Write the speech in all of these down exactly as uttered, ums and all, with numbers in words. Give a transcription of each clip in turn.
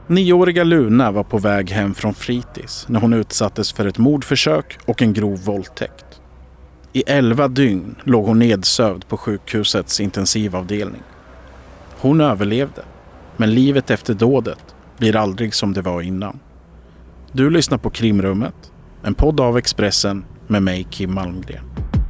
Nioåriga Luna var på väg hem från fritids när hon utsattes för ett mordförsök och en grov våldtäkt. I elva dygn låg hon nedsövd på sjukhusets intensivavdelning. Hon överlevde, men livet efter dådet blir aldrig som det var innan. Du lyssnar på Krimrummet, en podd av Expressen med mig, Kim Malmgren.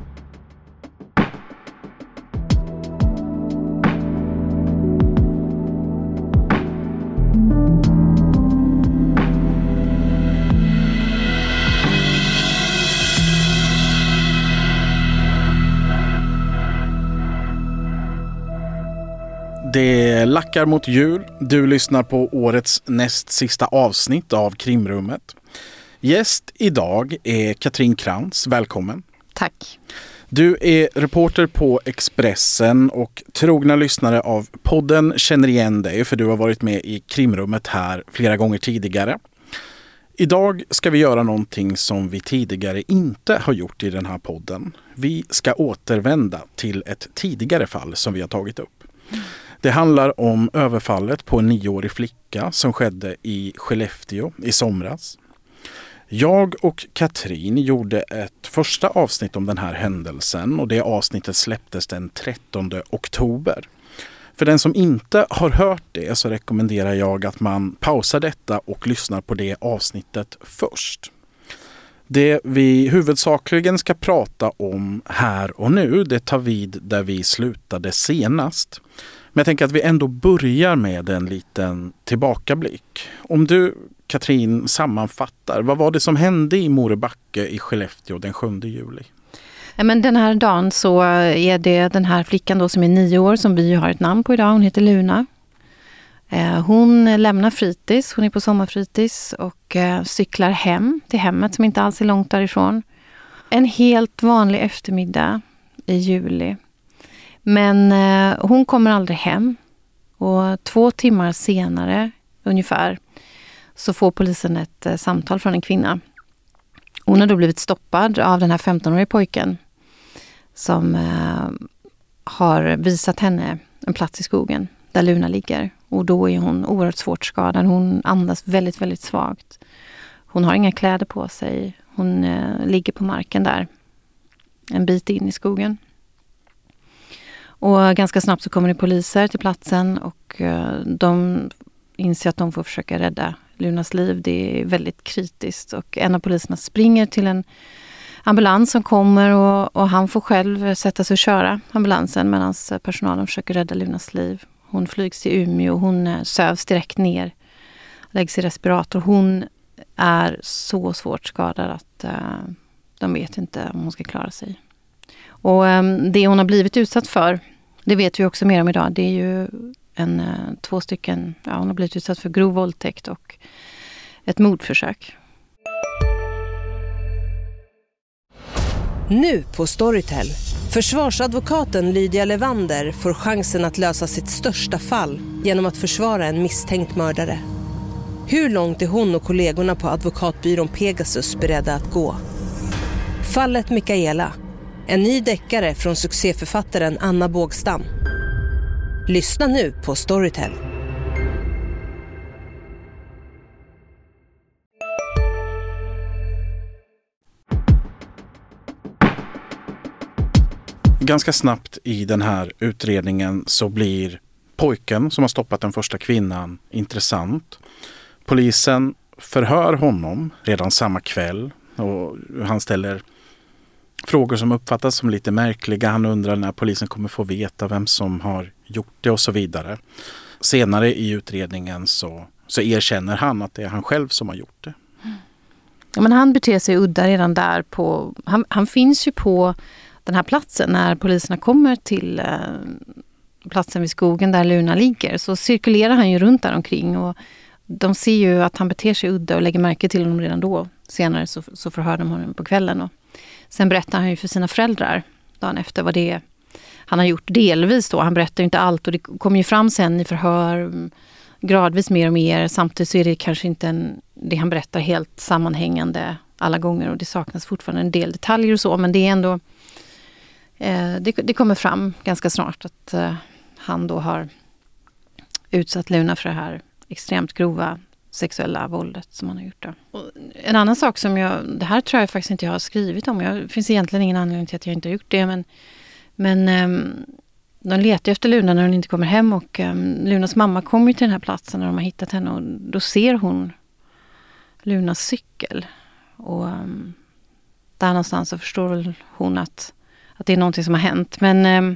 Det lackar mot jul. Du lyssnar på årets näst sista avsnitt av Krimrummet. Gäst idag är Katrin Krantz. Välkommen. Tack. Du är reporter på Expressen och trogna lyssnare av podden känner igen dig för du har varit med i Krimrummet här flera gånger tidigare. Idag ska vi göra någonting som vi tidigare inte har gjort i den här podden. Vi ska återvända till ett tidigare fall som vi har tagit upp. Det handlar om överfallet på en nioårig flicka som skedde i Skellefteå i somras. Jag och Katrin gjorde ett första avsnitt om den här händelsen och det avsnittet släpptes den trettonde oktober. För den som inte har hört det så rekommenderar jag att man pausar detta och lyssnar på det avsnittet först. Det vi huvudsakligen ska prata om här och nu, det tar vid där vi slutade senast. Men jag tänker att vi ändå börjar med en liten tillbakablick. Om du, Katrin, sammanfattar, vad var det som hände i Morebacke i Skellefteå den sjunde juli? Ja, men den här dagen så är det den här flickan då som är nio år som vi har ett namn på idag. Hon heter Luna. Hon lämnar fritids, hon är på sommarfritids och cyklar hem till hemmet som inte alls är långt därifrån. En helt vanlig eftermiddag i juli. Men eh, hon kommer aldrig hem och två timmar senare ungefär så får polisen ett eh, samtal från en kvinna. Hon har då blivit stoppad av den här femtonåriga pojken som eh, har visat henne en plats i skogen där Luna ligger. Och då är hon oerhört svårt skadad. Hon andas väldigt, väldigt svagt. Hon har inga kläder på sig. Hon eh, ligger på marken där en bit in i skogen. Och ganska snabbt så kommer det poliser till platsen och de inser att de får försöka rädda Lunas liv. Det är väldigt kritiskt och en av poliserna springer till en ambulans som kommer och, och han får själv sätta sig och köra ambulansen medan personalen försöker rädda Lunas liv. Hon flygs till Umeå och hon sövs direkt ner, läggs i respirator. Hon är så svårt skadad att uh, de vet inte om hon ska klara sig. Och um, det hon har blivit utsatt för, det vet vi också mer om idag. Det är ju en, uh, två stycken, ja, hon har blivit utsatt för grov våldtäkt och ett mordförsök. Nu på Storytel. Försvarsadvokaten Lydia Levander får chansen att lösa sitt största fall genom att försvara en misstänkt mördare. Hur långt är hon och kollegorna på advokatbyrån Pegasus beredda att gå? Fallet Mikaela. En ny deckare från succéförfattaren Anna Bågstam. Lyssna nu på Storytel. Ganska snabbt i den här utredningen så blir pojken som har stoppat den första kvinnan intressant. Polisen förhör honom redan samma kväll och han ställer frågor som uppfattas som lite märkliga. Han undrar när polisen kommer få veta vem som har gjort det och så vidare. Senare i utredningen så, så erkänner han att det är han själv som har gjort det. Ja, men han beter sig udda redan där. På, han, han finns ju på den här platsen när poliserna kommer till eh, platsen vid skogen där Luna ligger. Så cirkulerar han ju runt där omkring och de ser ju att han beter sig udda och lägger märke till honom redan då. Senare så, så förhör de honom på kvällen och sen berättar han ju för sina föräldrar dagen efter vad det är han har gjort delvis då. Han berättar ju inte allt och det kommer ju fram sen i förhör gradvis mer och mer. Samtidigt så är det kanske inte en, det han berättar helt sammanhängande alla gånger och det saknas fortfarande en del detaljer och så. Men det är ändå, eh, det, det kommer fram ganska snart att eh, han då har utsatt Luna för det här extremt grova sexuella våldet som han har gjort. Då. Och en annan sak som jag, det här tror jag faktiskt inte jag har skrivit om. Det finns egentligen ingen anledning till att jag inte har gjort det. Men, men um, de letar efter Luna när hon inte kommer hem. Och um, Lunas mamma kommer till den här platsen när de har hittat henne. Och då ser hon Lunas cykel. Och um, där någonstans så förstår väl hon att, att det är någonting som har hänt. Men um,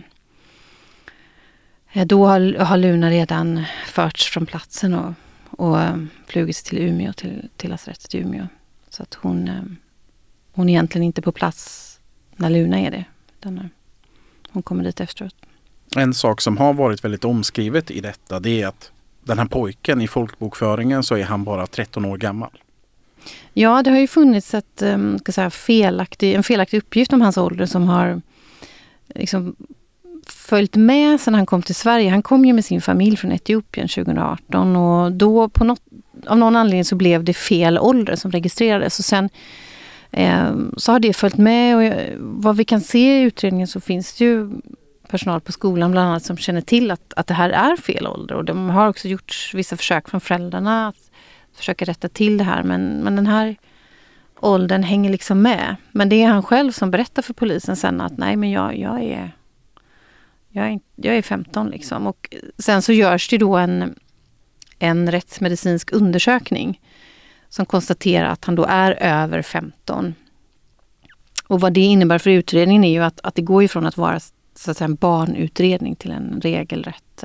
då har, har Luna redan förts från platsen och och um, flugits till Umeå, till, till lasarettet i Umeå. Så att hon, um, hon är egentligen inte på plats när Luna är det. Utan, uh, hon kommer dit efteråt. En sak som har varit väldigt omskrivet i detta, det är att den här pojken i folkbokföringen, så är han bara tretton år gammal. Ja, det har ju funnits ett, um, ska säga, felaktig, en felaktig uppgift om hans ålder som har liksom följt med sedan han kom till Sverige. Han kom ju med sin familj från Etiopien tjugo arton och då på något, av någon anledning så blev det fel ålder som registrerades. Och sen eh, så har det följt med och jag, vad vi kan se i utredningen så finns det ju personal på skolan bland annat som känner till att, att det här är fel ålder. Och de har också gjort vissa försök från föräldrarna att försöka rätta till det här. Men, men den här åldern hänger liksom med. Men det är han själv som berättar för polisen sen att nej men jag, jag är... Jag är, jag är femton liksom. Och sen så görs det då en, en rättsmedicinsk undersökning som konstaterar att han då är över femton. Och vad det innebär för utredningen är ju att, att det går ifrån att vara så att säga, en barnutredning till en regelrätt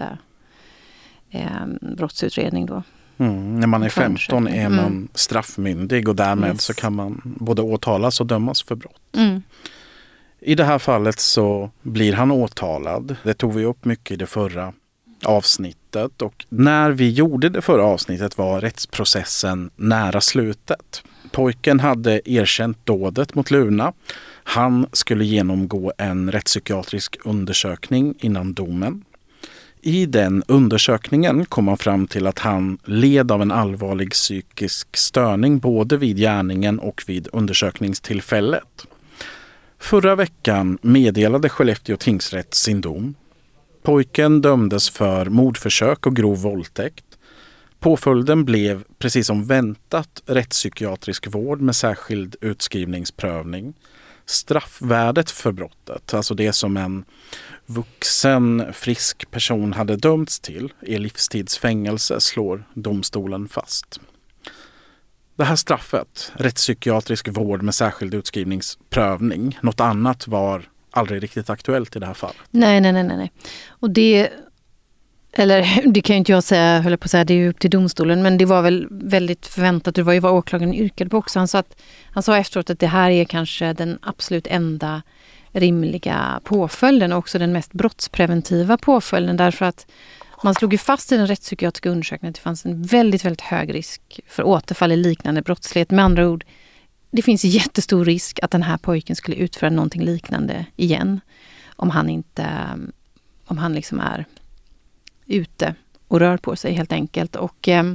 eh, brottsutredning då. Mm, när man är femton är man mm. straffmyndig och därmed yes. så kan man både åtalas och dömas för brott. Mm. I det här fallet så blir han åtalad. Det tog vi upp mycket i det förra avsnittet. Och när vi gjorde det förra avsnittet var rättsprocessen nära slutet. Pojken hade erkänt dådet mot Luna. Han skulle genomgå en rättspsykiatrisk undersökning innan domen. I den undersökningen kom man fram till att han led av en allvarlig psykisk störning både vid gärningen och vid undersökningstillfället. Förra veckan meddelade Skellefteå tingsrätt sin dom. Pojken dömdes för mordförsök och grov våldtäkt. Påföljden blev, precis som väntat, rättspsykiatrisk vård med särskild utskrivningsprövning. Straffvärdet för brottet, alltså det som en vuxen, frisk person hade dömts till, är livstidsfängelse, slår domstolen fast. Det här straffet, rättspsykiatrisk vård med särskild utskrivningsprövning, något annat var aldrig riktigt aktuellt i det här fallet. Nej, nej, nej, nej. Och det, eller det kan ju inte jag säga, höll jag på att säga, det är ju upp till domstolen, men det var väl väldigt förväntat, det var ju vad åklagaren yrkade på också. Han sa, att, han sa efteråt att det här är kanske den absolut enda rimliga påföljden och också den mest brottspreventiva påföljden, därför att man slog ju fast i den rättspsykiatriska undersökningen att det fanns en väldigt, väldigt hög risk för återfall i liknande brottslighet. Med andra ord, det finns jättestor risk att den här pojken skulle utföra någonting liknande igen om han inte, om han liksom är ute och rör på sig helt enkelt. Och eh,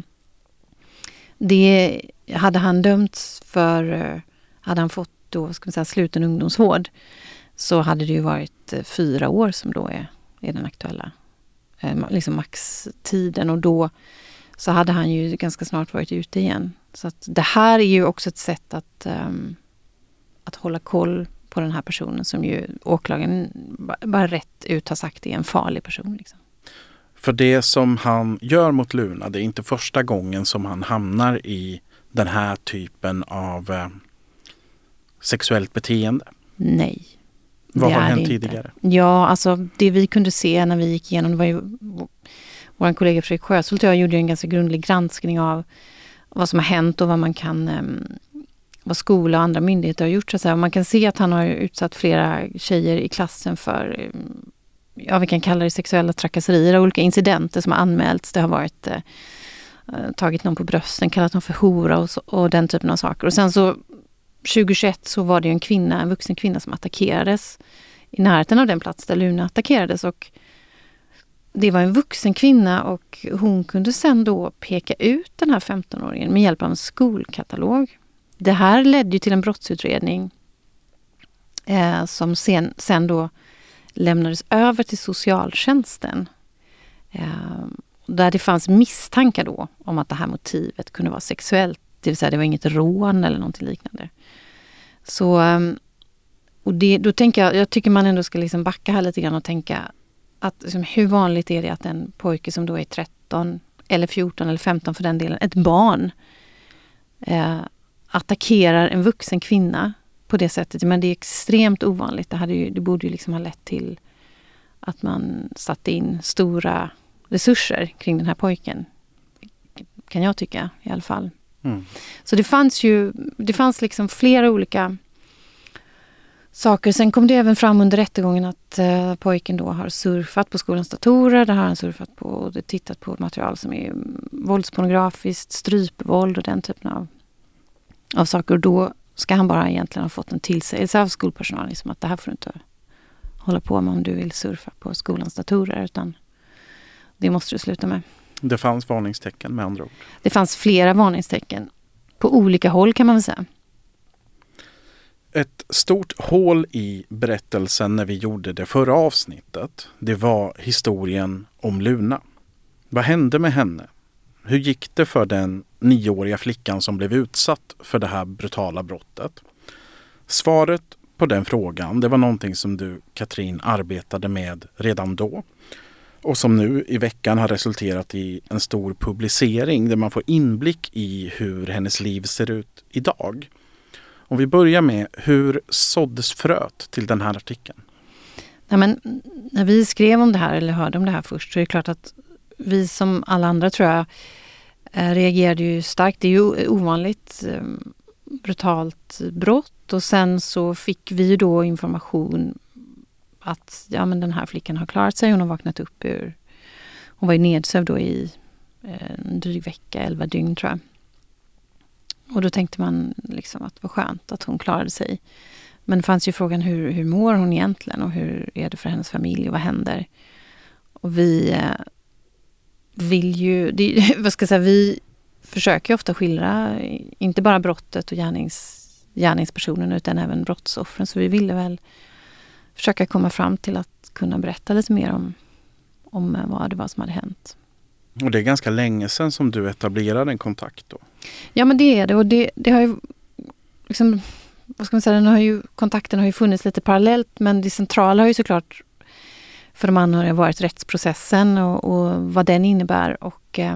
det hade han dömts för, hade han fått då, ska man säga, sluten ungdomsvård, så hade det ju varit fyra år som då är, är den aktuella liksom maxtiden, och då så hade han ju ganska snart varit ute igen. Så att det här är ju också ett sätt att, um, att hålla koll på den här personen som ju åklagaren bara rätt ut har sagt är en farlig person. Liksom. För det som han gör mot Luna, det är inte första gången som han hamnar i den här typen av eh, sexuellt beteende. Nej. Vad har hänt tidigare? Ja, alltså det vi kunde se när vi gick igenom, det var ju vår kollega Fredrik Sjöshult och jag gjorde en ganska grundlig granskning av vad som har hänt och vad man kan, vad skola och andra myndigheter har gjort. Så att säga. Man kan se att han har utsatt flera tjejer i klassen för, ja, vi kan kalla det sexuella trakasserier och olika incidenter som har anmälts. Det har varit eh, tagit någon på brösten, kallat någon för hora och, så, och den typen av saker. Och sen så tjugo tjugoett så var det en kvinna, en vuxen kvinna som attackerades i närheten av den plats där Luna attackerades, och det var en vuxen kvinna och hon kunde sen då peka ut den här femtonåringen med hjälp av en skolkatalog. Det här ledde ju till en brottsutredning eh, som sen, sen då lämnades över till socialtjänsten. Eh, där det fanns misstankar då om att det här motivet kunde vara sexuellt. Det vill säga det var inget rån eller något liknande. Så, och det, då tänker jag, jag tycker man ändå ska liksom backa här lite grann och tänka att liksom, hur vanligt är det att en pojke som då är tretton eller fjorton eller femton för den delen, ett barn, eh, attackerar en vuxen kvinna på det sättet. Men det är extremt ovanligt. Det, hade ju, det borde ju liksom ha lett till att man satte in stora resurser kring den här pojken. Kan jag tycka i alla fall. Mm. Så det fanns ju det fanns liksom flera olika saker. Sen kom det även fram under rättegången att eh, pojken då har surfat på skolans datorer. Där har han surfat på och tittat på material som är våldspornografiskt, strypvåld och den typen av, av saker. Och då ska han bara egentligen ha fått en tillsägelse av skolpersonalen liksom att det här får du inte hålla på med om du vill surfa på skolans datorer, utan det måste du sluta med. Det fanns varningstecken med andra ord. Det fanns flera varningstecken på olika håll kan man väl säga. Ett stort hål i berättelsen när vi gjorde det förra avsnittet, det var historien om Luna. Vad hände med henne? Hur gick det för den nioåriga flickan som blev utsatt för det här brutala brottet? Svaret på den frågan, det var någonting som du, Katrin, arbetade med redan då. Och som nu i veckan har resulterat i en stor publicering där man får inblick i hur hennes liv ser ut idag. Om vi börjar med, hur såddes fröet till den här artikeln? Ja, men, när vi skrev om det här eller hörde om det här först så är det klart att vi som alla andra tror jag reagerade ju starkt. Det är ju ovanligt brutalt brott och sen så fick vi då information att ja, men den här flickan har klarat sig. Hon har vaknat upp ur... Hon var ju nedsövd då i en dryg vecka, elva dygn tror jag. Och då tänkte man liksom att det var skönt att hon klarade sig. Men det fanns ju frågan hur, hur mår hon egentligen och hur är det för hennes familj och vad händer? Och vi eh, vill ju... Det, vad ska jag säga, vi försöker ju ofta skildra inte bara brottet och gärnings, gärningspersonen utan även brottsoffren. Så vi ville väl försöka komma fram till att kunna berätta lite mer om, om vad det var som hade hänt. Och det är ganska länge sedan som du etablerade en kontakt då? Ja, men det är det. Och det, det har ju liksom, vad ska man säga, den har ju, kontakten har ju funnits lite parallellt, men det centrala har ju såklart för de anhöriga varit rättsprocessen och, och vad den innebär. Och eh,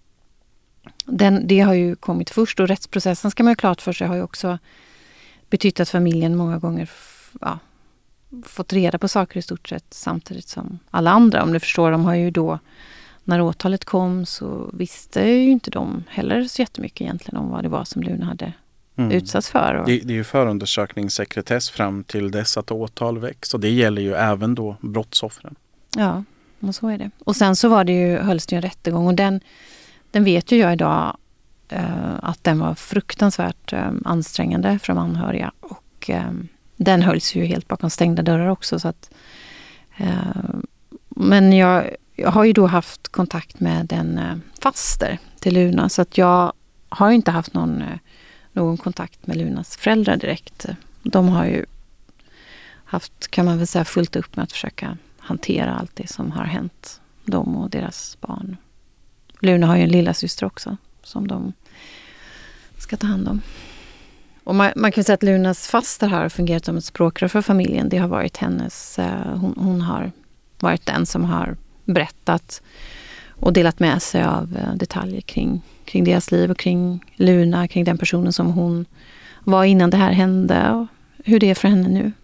den, det har ju kommit först, och rättsprocessen ska man ju klart för sig har ju också betytt att familjen många gånger ja, fått reda på saker i stort sett samtidigt som alla andra. Om du förstår, de har ju då, när åtalet kom så visste ju inte de heller så jättemycket egentligen om vad det var som Luna hade mm. utsatts för. Och... Det, det är ju förundersökningssekretess fram till dess att åtal väcks, och det gäller ju även då brottsoffren. Ja, och så är det. Och sen så var det ju, hölls det ju en rättegång, och den, den vet ju jag idag eh, att den var fruktansvärt eh, ansträngande för de anhöriga, och eh, den hölls ju helt bakom stängda dörrar också. Så att, eh, men jag, jag har ju då haft kontakt med en eh, faster till Luna, så att jag har inte haft någon, eh, någon kontakt med Lunas föräldrar direkt. De har ju haft, kan man väl säga, fullt upp med att försöka hantera allt det som har hänt dem och deras barn. Luna har ju en lilla syster också som de ska ta hand om. Och man, man kan säga att Lunas faster har fungerat som ett språkrör för familjen. Det har varit hennes, eh, hon, hon har varit den som har berättat och delat med sig av eh, detaljer kring, kring deras liv och kring Luna, kring den personen som hon var innan det här hände och hur det är för henne nu.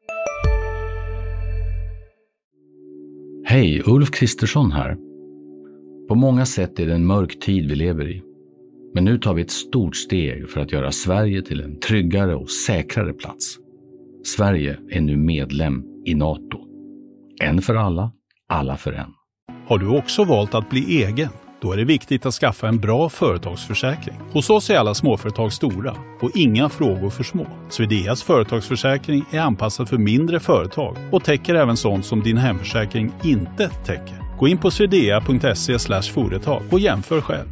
Hej, Ulf Kristersson här. På många sätt är det en mörk tid vi lever i. Men nu tar vi ett stort steg för att göra Sverige till en tryggare och säkrare plats. Sverige är nu medlem i NATO. En för alla, alla för en. Har du också valt att bli egen? Då är det viktigt att skaffa en bra företagsförsäkring. Hos oss är alla småföretag stora och inga frågor för små. Swedeas företagsförsäkring är anpassad för mindre företag och täcker även sånt som din hemförsäkring inte täcker. Gå in på swedea punkt se slash företag och jämför själv.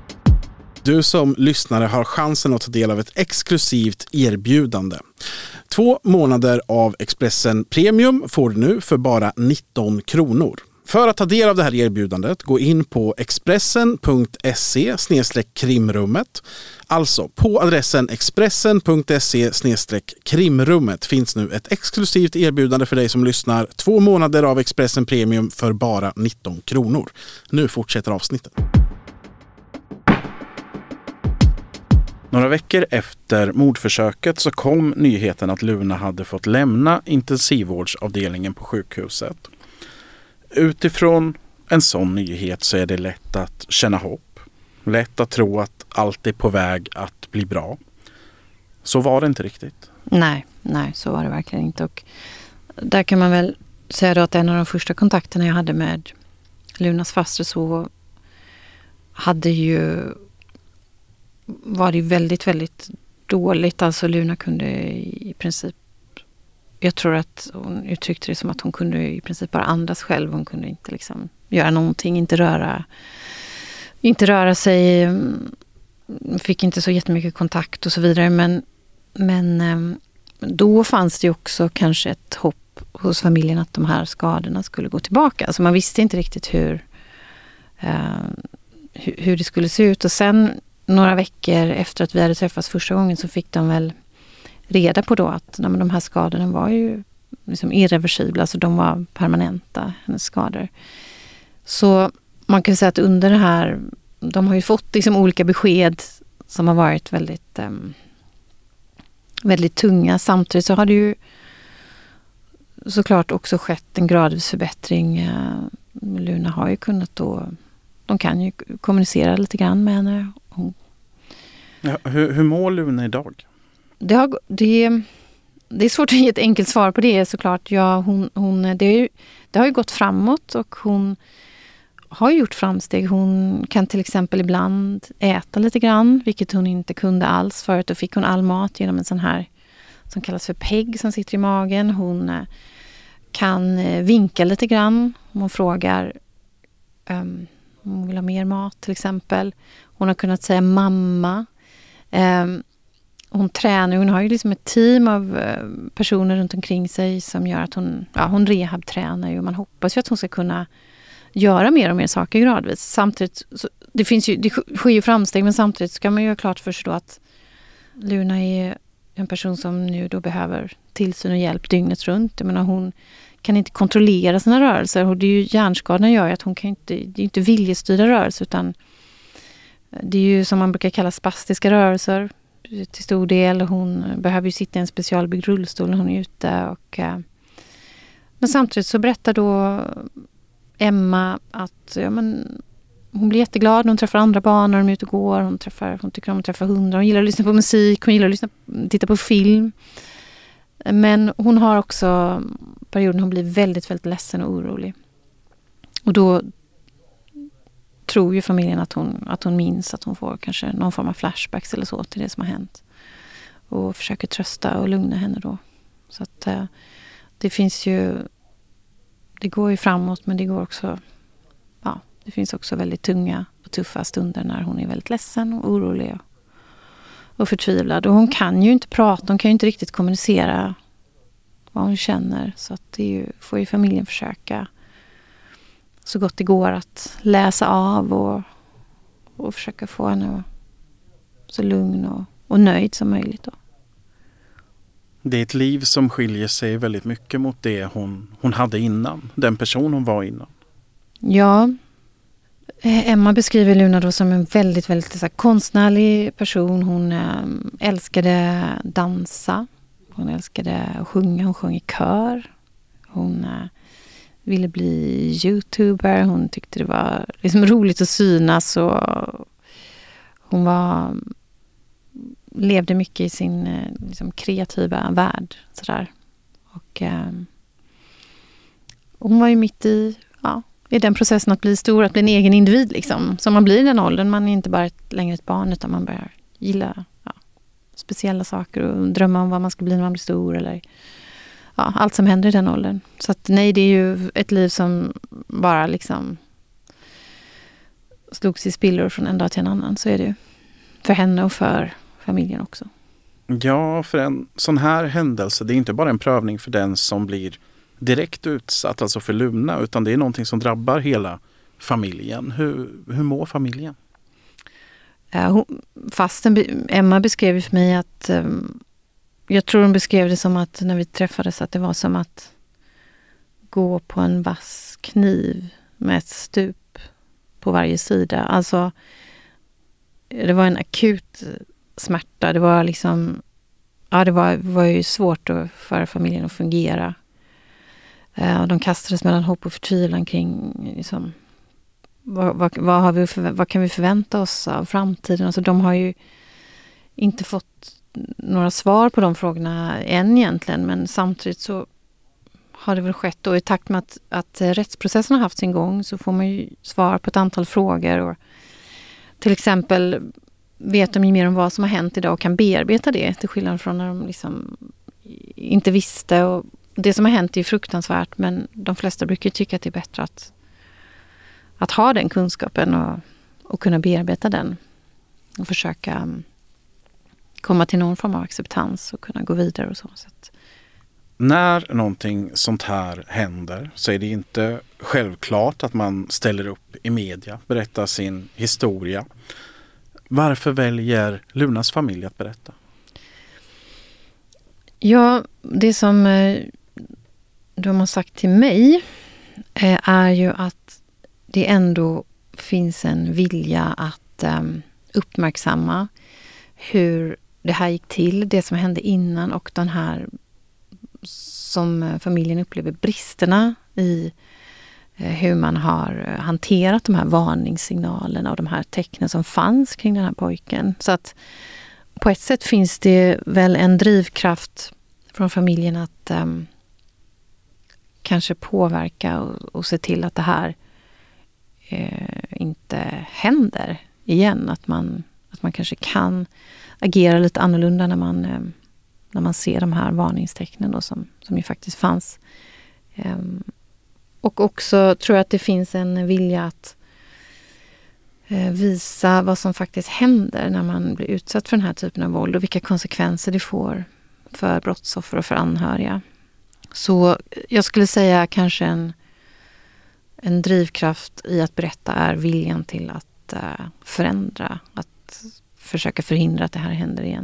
Du som lyssnare har chansen att ta del av ett exklusivt erbjudande. Två månader av Expressen Premium får du nu för bara nitton kronor. För att ta del av det här erbjudandet, gå in på expressen punkt se slash krimrummet. Alltså på adressen expressen punkt se slash krimrummet finns nu ett exklusivt erbjudande för dig som lyssnar. Två månader av Expressen Premium för bara nitton kronor. Nu fortsätter avsnittet. Några veckor efter mordförsöket så kom nyheten att Luna hade fått lämna intensivvårdsavdelningen på sjukhuset. Utifrån en sån nyhet så är det lätt att känna hopp. Lätt att tro att allt är på väg att bli bra. Så var det inte riktigt. Nej, nej, så var det verkligen inte. Och där kan man väl säga då att en av de första kontakterna jag hade med Lunas faster så hade ju var det väldigt, väldigt dåligt. Alltså Luna kunde i princip, jag tror att hon uttryckte det som att hon kunde i princip bara andas själv. Hon kunde inte liksom göra någonting, inte röra, inte röra sig, fick inte så jättemycket kontakt och så vidare. Men, men då fanns det ju också kanske ett hopp hos familjen att de här skadorna skulle gå tillbaka. Alltså man visste inte riktigt hur, uh, hur, hur det skulle se ut. Och sen några veckor efter att vi hade träffats första gången så fick de väl reda på då att nej, men de här skadorna var ju liksom irreversibla, alltså de var permanenta, hennes skador. Så man kan säga att under det här, de har ju fått liksom olika besked som har varit väldigt um, väldigt tunga. Samtidigt så har det ju såklart också skett en gradvis förbättring. Uh, Luna har ju kunnat då, de kan ju kommunicera lite grann med henne. Hon... Ja, hur, hur mår Luna idag? Det, har, det, det är svårt att ge ett enkelt svar på det såklart. Ja, hon, hon, det, är ju, det har ju gått framåt och hon har gjort framsteg. Hon kan till exempel ibland äta lite grann, vilket hon inte kunde alls förut. Då fick hon all mat genom en sån här som kallas för P E G som sitter i magen. Hon kan vinka lite grann om hon frågar um, om hon vill ha mer mat till exempel. Hon har kunnat säga mamma. Um, hon tränar, hon har ju liksom ett team av personer runt omkring sig som gör att hon, ja, hon rehabtränar ju och man hoppas ju att hon ska kunna göra mer och mer saker gradvis. Samtidigt, så, det finns ju, det sker ju framsteg, men samtidigt ska man ju ha klart för sig då att Luna är en person som nu då behöver tillsyn och hjälp dygnet runt. Jag menar, hon kan inte kontrollera sina rörelser och det är ju hjärnskadorna gör att hon kan inte, det är inte viljestyrda rörelser utan det är ju som man brukar kalla spastiska rörelser till stor del. Hon behöver ju sitta i en specialbyggd rullstol när hon är ute. Och, men samtidigt så berättar då Emma att ja, men, hon blir jätteglad när hon träffar andra barn när de är ute och går. Hon, träffar, hon tycker om att träffa hundar. Hon gillar att lyssna på musik. Hon gillar att lyssna, titta på film. Men hon har också perioden hon blir väldigt, väldigt ledsen och orolig. Och då tror ju familjen att hon, att hon minns att hon får kanske någon form av flashbacks eller så till det som har hänt. Och försöker trösta och lugna henne då. Så att eh, det finns ju, det går ju framåt men det går också, ja, det finns också väldigt tunga och tuffa stunder när hon är väldigt ledsen och orolig och, och förtvivlad. Och hon kan ju inte prata, hon kan ju inte riktigt kommunicera vad hon känner. Så att det är ju, får ju familjen försöka så gott det går att läsa av och, och försöka få henne så lugn och, och nöjd som möjligt då. Det är ett liv som skiljer sig väldigt mycket mot det hon, hon hade innan. Den person hon var innan. Ja, Emma beskriver Luna då som en väldigt, väldigt så här, konstnärlig person. Hon äh, älskade dansa. Hon älskade att sjunga. Hon sjöng i kör. Hon äh, ville bli YouTuber. Hon tyckte det var liksom roligt att synas. Och hon var... levde mycket i sin liksom, kreativa värld. Sådär. Och eh, hon var ju mitt i, ja, i den processen att bli stor, att bli en egen individ. Liksom. Som man blir i den åldern. Man är inte bara ett, längre ett barn utan man börjar gilla ja, speciella saker och drömma om vad man ska bli när man blir stor. Eller ja, allt som händer i den åldern. Så att nej, det är ju ett liv som bara liksom slogs i spillror från en dag till en annan. Så är det ju. För henne och för familjen också. Ja, för en sån här händelse, det är inte bara en prövning för den som blir direkt utsatt, alltså för Luna, utan det är någonting som drabbar hela familjen. Hur, hur mår familjen? Fasten, Emma beskrev för mig att, jag tror hon beskrev det som att när vi träffades att det var som att gå på en vass kniv med ett stup på varje sida. Alltså, det var en akut smärta. Det var liksom, ja, det var, var ju svårt att, för familjen att fungera. Uh, de kastades mellan hopp och förtvivlan kring liksom, vad, vad, vad, har vi för, vad kan vi förvänta oss av framtiden? Alltså, de har ju inte fått några svar på de frågorna än egentligen, men samtidigt så har det väl skett, och i takt med att, att rättsprocessen har haft sin gång så får man ju svar på ett antal frågor. Och till exempel vet de ju mer om vad som har hänt idag och kan bearbeta det, till skillnad från när de liksom inte visste. Och det som har hänt är fruktansvärt, men de flesta brukar tycka att det är bättre att, att ha den kunskapen och, och kunna bearbeta den. Och försöka komma till någon form av acceptans och kunna gå vidare och så. så att, När någonting sånt här händer så är det inte självklart att man ställer upp i media, berättar sin historia. Varför väljer Lunas familj att berätta? Ja, det som de har sagt till mig är ju att det ändå finns en vilja att uppmärksamma hur det här gick till, det som hände innan och den här som familjen upplever bristerna i hur man har hanterat de här varningssignalerna och de här tecknen som fanns kring den här pojken. Så att på ett sätt finns det väl en drivkraft från familjen att um, kanske påverka och, och se till att det här uh, inte händer igen. Att man, att man kanske kan agera lite annorlunda när man, um, när man ser de här varningstecknen då som, som ju faktiskt fanns. Um, och också tror jag att det finns en vilja att uh, visa vad som faktiskt händer när man blir utsatt för den här typen av våld och vilka konsekvenser det får för brottsoffer och för anhöriga. Så jag skulle säga kanske en, en drivkraft i att berätta är viljan till att uh, förändra, att försöka förhindra att det här händer igen.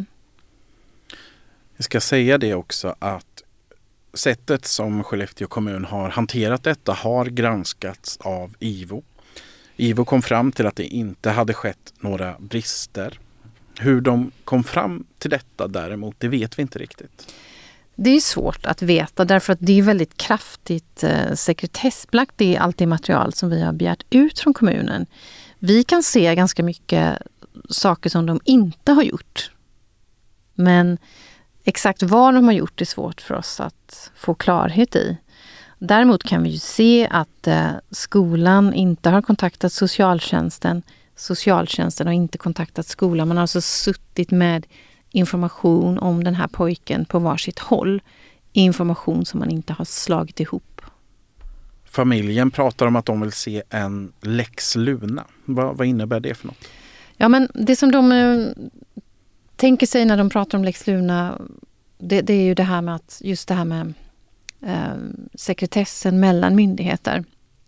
Jag ska säga det också att sättet som Skellefteå kommun har hanterat detta har granskats av I V O. I V O kom fram till att det inte hade skett några brister. Hur de kom fram till detta däremot, det vet vi inte riktigt. Det är svårt att veta därför att det är väldigt kraftigt eh, sekretessbelagt. Det är allt det material som vi har begärt ut från kommunen. Vi kan se ganska mycket saker som de inte har gjort. Men exakt vad de har gjort är svårt för oss att få klarhet i. Däremot kan vi ju se att eh, skolan inte har kontaktat socialtjänsten. Socialtjänsten har inte kontaktat skolan. Man har alltså suttit med information om den här pojken på varsitt håll. Information som man inte har slagit ihop. Familjen pratar om att de vill se en Lex Luna. Vad, vad innebär det för något? Ja, men det som de eh, tänker sig när de pratar om Lex Luna, det, det är ju det här med att just det här med eh, sekretessen mellan myndigheter.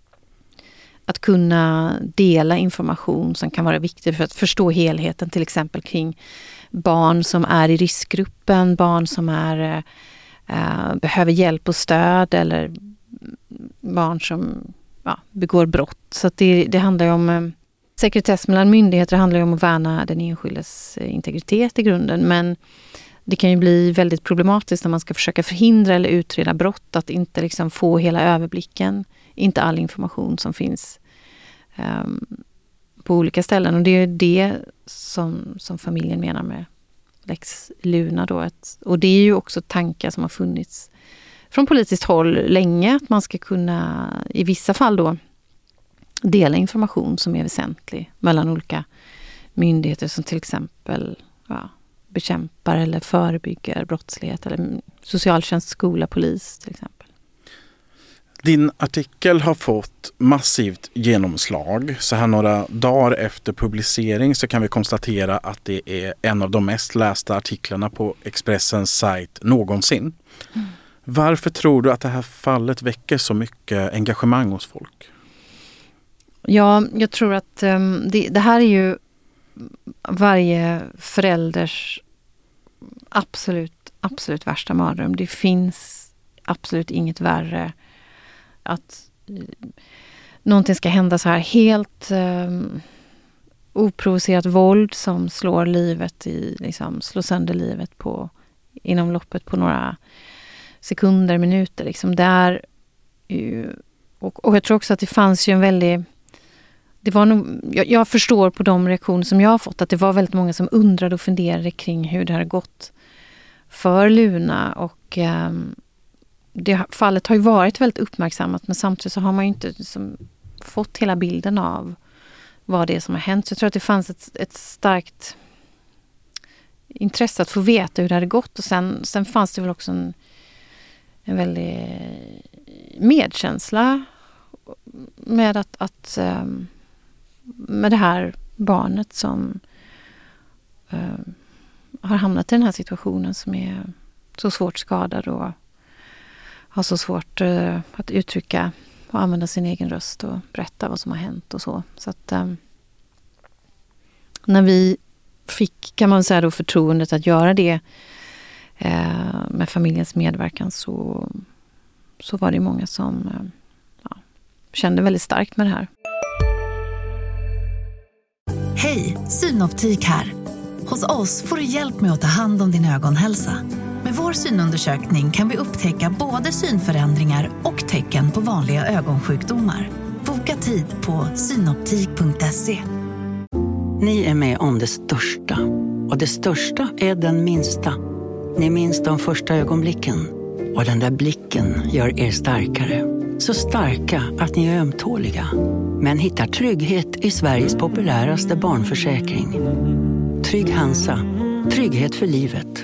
Att kunna dela information som kan vara viktig för att förstå helheten, till exempel kring barn som är i riskgruppen, barn som är, eh, behöver hjälp och stöd eller barn som ja, begår brott. Så att det, det handlar ju om eh, sekretess mellan myndigheter, det handlar ju om att värna den enskildes integritet i grunden, men det kan ju bli väldigt problematiskt när man ska försöka förhindra eller utreda brott, att inte liksom få hela överblicken, inte all information som finns um, på olika ställen. Och det är det som, som familjen menar med Lex Luna då. Ett, och det är ju också tankar som har funnits från politiskt håll länge, att man ska kunna i vissa fall då dela information som är väsentlig mellan olika myndigheter som till exempel ja, bekämpar eller förebygger brottslighet eller socialtjänst, skola, polis till exempel. Din artikel har fått massivt genomslag. Så här några dagar efter publicering så kan vi konstatera att det är en av de mest lästa artiklarna på Expressens sajt någonsin. Mm. Varför tror du att det här fallet väcker så mycket engagemang hos folk? Ja, jag tror att um, det, det här är ju varje förälders absolut, absolut värsta mardröm. Det finns absolut inget värre att uh, någonting ska hända så här helt um, oprovocerat våld som slår livet i, liksom, slår sönder livet på, inom loppet på några sekunder, minuter. Liksom. Där, uh, och, och jag tror också att det fanns ju en väldigt Det var nog, jag, jag förstår på de reaktioner som jag har fått att det var väldigt många som undrade och funderade kring hur det har gått för Luna. Och eh, det fallet har ju varit väldigt uppmärksammat, men samtidigt så har man ju inte liksom fått hela bilden av vad det är som har hänt. Så jag tror att det fanns ett, ett starkt intresse att få veta hur det hade gått. Och sen, sen fanns det väl också en, en väldig medkänsla med att, att um, med det här barnet som uh, har hamnat i den här situationen, som är så svårt skadad och har så svårt uh, att uttrycka och använda sin egen röst och berätta vad som har hänt och så. Så att um, när vi fick, kan man säga då, förtroendet att göra det uh, med familjens medverkan, så, så var det många som uh, ja, kände väldigt starkt med det här. Hej, Synoptik här. Hos oss får du hjälp med att ta hand om din ögonhälsa. Med vår synundersökning kan vi upptäcka både synförändringar och tecken på vanliga ögonsjukdomar. Boka tid på synoptik punkt se. Ni är med om det största. Och det största är den minsta. Ni minns de första ögonblicken. Och den där blicken gör er starkare. Så starka att ni är ömtåliga. Men hittar trygghet i Sveriges populäraste barnförsäkring. Trygg Hansa. Trygghet för livet.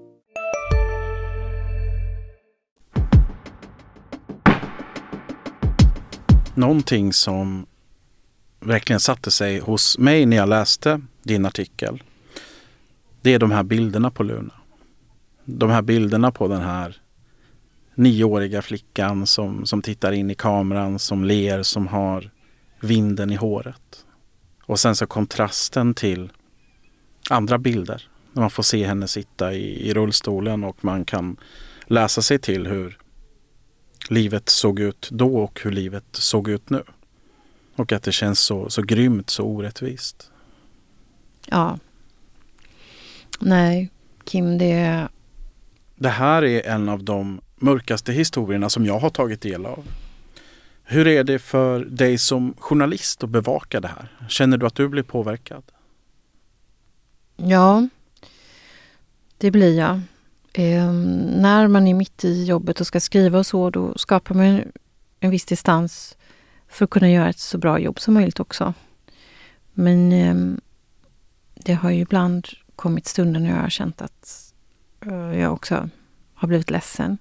Någonting som verkligen satte sig hos mig när jag läste din artikel, det är de här bilderna på Luna. De här bilderna på den här nioåriga flickan som, som tittar in i kameran, som ler, som har vinden i håret. Och sen så kontrasten till andra bilder. När man får se henne sitta i, i rullstolen och man kan läsa sig till hur livet såg ut då och hur livet såg ut nu. Och att det känns så, så grymt, så orättvist. Ja. Nej, Kim, det... Det här är en av de mörkaste historierna som jag har tagit del av. Hur är det för dig som journalist att bevaka det här? Känner du att du blir påverkad? Ja, det blir jag. Eh, när man är mitt i jobbet och ska skriva och så, då skapar man en viss distans för att kunna göra ett så bra jobb som möjligt också. Men eh, det har ju ibland kommit stunder när jag har känt att eh, jag också har blivit ledsen.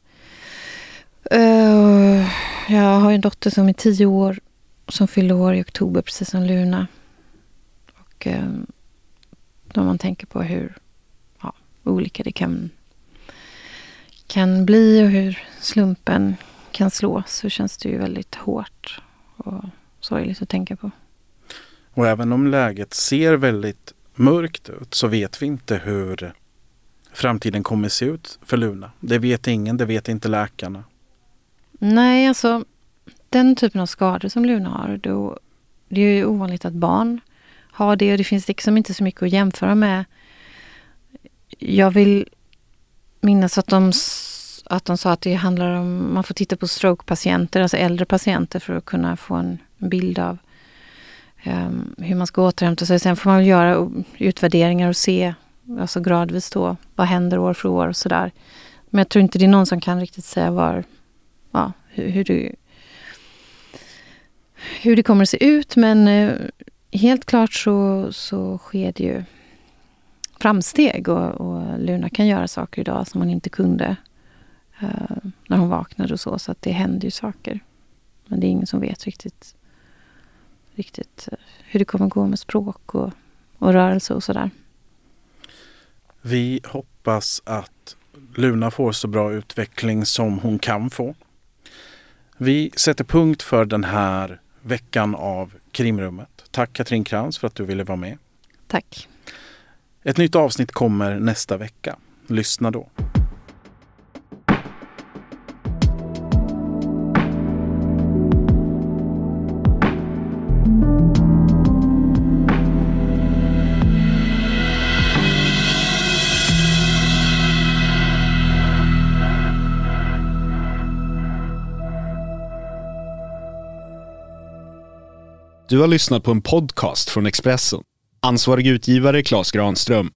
Uh, jag har en dotter som är tio år, som fyller år i oktober, precis som Luna. Och uh, då man tänker på hur ja, olika det kan, kan bli och hur slumpen kan slå, så känns det ju väldigt hårt och sorgligt att tänka på. Och även om läget ser väldigt mörkt ut, så vet vi inte hur framtiden kommer se ut för Luna. Det vet ingen, det vet inte läkarna. Nej, alltså den typen av skador som Luna har, då, det är ju ovanligt att barn har det, och det finns liksom inte så mycket att jämföra med. Jag vill minnas att de, att de sa att det handlar om, man får titta på stroke-patienter, alltså äldre patienter, för att kunna få en bild av um, hur man ska återhämta sig. Sen får man göra utvärderingar och se, alltså gradvis då, vad händer år för år och sådär. Men jag tror inte det är någon som kan riktigt säga var, ja, hur, hur, det, hur det kommer att se ut. Men eh, helt klart så, så sker det ju framsteg, och, och Luna kan göra saker idag som hon inte kunde eh, när hon vaknade och så. Så att det händer ju saker. Men det är ingen som vet riktigt, riktigt hur det kommer gå med språk och, och rörelse och sådär. Vi hoppas att Luna får så bra utveckling som hon kan få. Vi sätter punkt för den här veckan av Krimrummet. Tack Katrin Krantz för att du ville vara med. Tack. Ett nytt avsnitt kommer nästa vecka. Lyssna då. Du har lyssnat på en podcast från Expressen. Ansvarig utgivare Claes Granström.